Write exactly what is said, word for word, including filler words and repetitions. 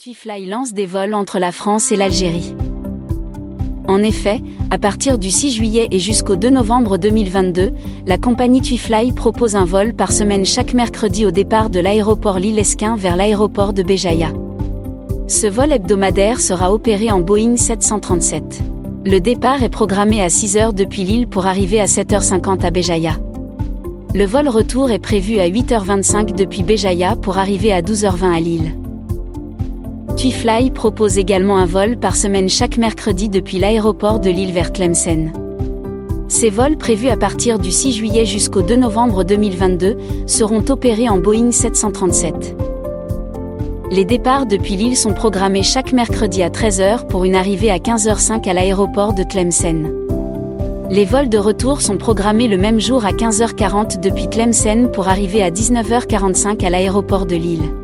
TuiFly lance des vols entre la France et l'Algérie. En effet, à partir du six juillet et jusqu'au deux novembre deux mille vingt-deux, la compagnie TuiFly propose un vol par semaine chaque mercredi au départ de l'aéroport Lille-Esquin vers l'aéroport de Béjaïa. Ce vol hebdomadaire sera opéré en Boeing sept cent trente-sept. Le départ est programmé à six heures depuis Lille pour arriver à sept heures cinquante à Béjaïa. Le vol retour est prévu à huit heures vingt-cinq depuis Béjaïa pour arriver à douze heures vingt à Lille. TuiFly propose également un vol par semaine chaque mercredi depuis l'aéroport de Lille vers Tlemcen. Ces vols prévus à partir du six juillet jusqu'au deux novembre deux mille vingt-deux seront opérés en Boeing sept cent trente-sept. Les départs depuis Lille sont programmés chaque mercredi à treize heures pour une arrivée à quinze heures cinq à l'aéroport de Tlemcen. Les vols de retour sont programmés le même jour à quinze heures quarante depuis Tlemcen pour arriver à dix-neuf heures quarante-cinq à l'aéroport de Lille.